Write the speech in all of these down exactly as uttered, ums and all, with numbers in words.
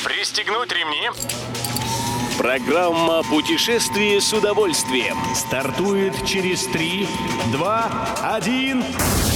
Пристегнуть ремни. Программа «Путешествие с удовольствием» стартует через три, два, один.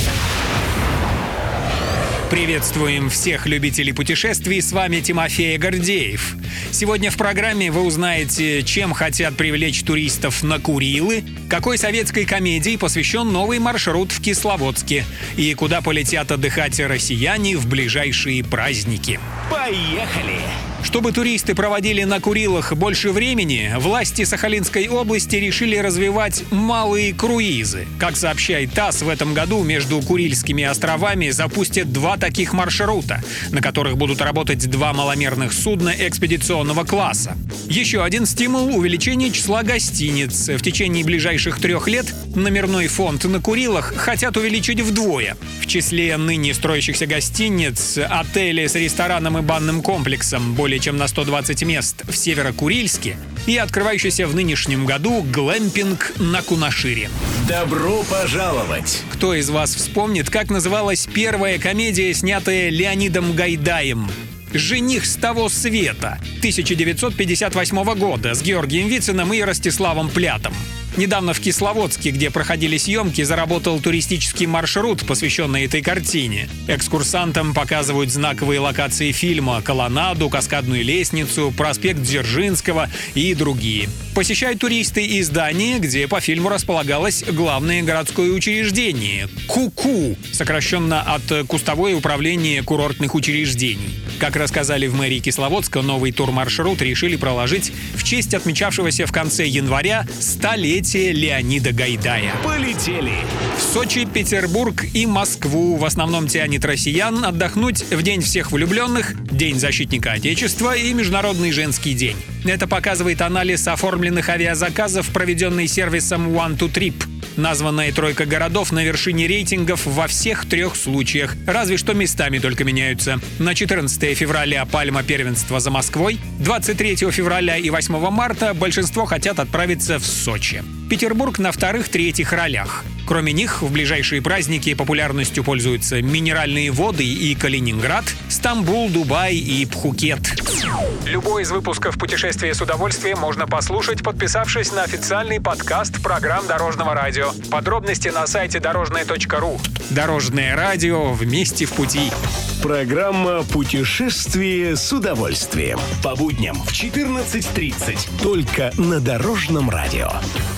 Приветствуем всех любителей путешествий, с вами Тимофей Гордеев. Сегодня в программе вы узнаете, чем хотят привлечь туристов на Курилы, какой советской комедии посвящен новый маршрут в Кисловодске и куда полетят отдыхать россияне в ближайшие праздники. Поехали! Чтобы туристы проводили на Курилах больше времени, власти Сахалинской области решили развивать малые круизы. Как сообщает ТАСС, в этом году между Курильскими островами запустят два таких маршрута, на которых будут работать два маломерных судна экспедиционного класса. Еще один стимул – увеличение числа гостиниц. В течение ближайших трех лет номерной фонд на Курилах хотят увеличить вдвое. В числе ныне строящихся гостиниц – отели с рестораном и банным комплексом, более чем на сто двадцать мест в Северо-Курильске, и открывающийся в нынешнем году глэмпинг на Кунашире. Добро пожаловать! Кто из вас вспомнит, как называлась первая комедия, снятая Леонидом Гайдаем? «Жених с того света» тысяча девятьсот пятьдесят восьмого года с Георгием Вициным и Ростиславом Плятом. Недавно в Кисловодске, где проходили съемки, заработал туристический маршрут, посвященный этой картине. Экскурсантам показывают знаковые локации фильма: колоннаду, каскадную лестницу, проспект Дзержинского и другие. Посещают туристы и здание, где по фильму располагалось главное городское учреждение – КУКУ, сокращенно от Кустовое управление курортных учреждений. Как рассказали в мэрии Кисловодска, новый турмаршрут решили проложить в честь отмечавшегося в конце января столетия Леонида Гайдая. Полетели! В Сочи, Петербург и Москву в основном тянет россиян отдохнуть в День всех влюбленных, День защитника Отечества и Международный женский день. Это показывает анализ оформленных авиазаказов, проведенный сервисом One to Trip. Названная тройка городов на вершине рейтингов во всех трех случаях, разве что местами только меняются. На четырнадцатое февраля пальма первенства за Москвой, двадцать третьего февраля и восьмого марта большинство хотят отправиться в Сочи. Петербург на вторых-третьих ролях. Кроме них, в ближайшие праздники популярностью пользуются Минеральные воды и Калининград, Стамбул, Дубай и Пхукет. Любой из выпусков «Путешествия с удовольствием» можно послушать, подписавшись на официальный подкаст программ Дорожного радио. Подробности на сайте дорожное точка ру. Дорожное радио, вместе в пути. Программа «Путешествие с удовольствием». По будням в четырнадцать тридцать. Только на Дорожном радио.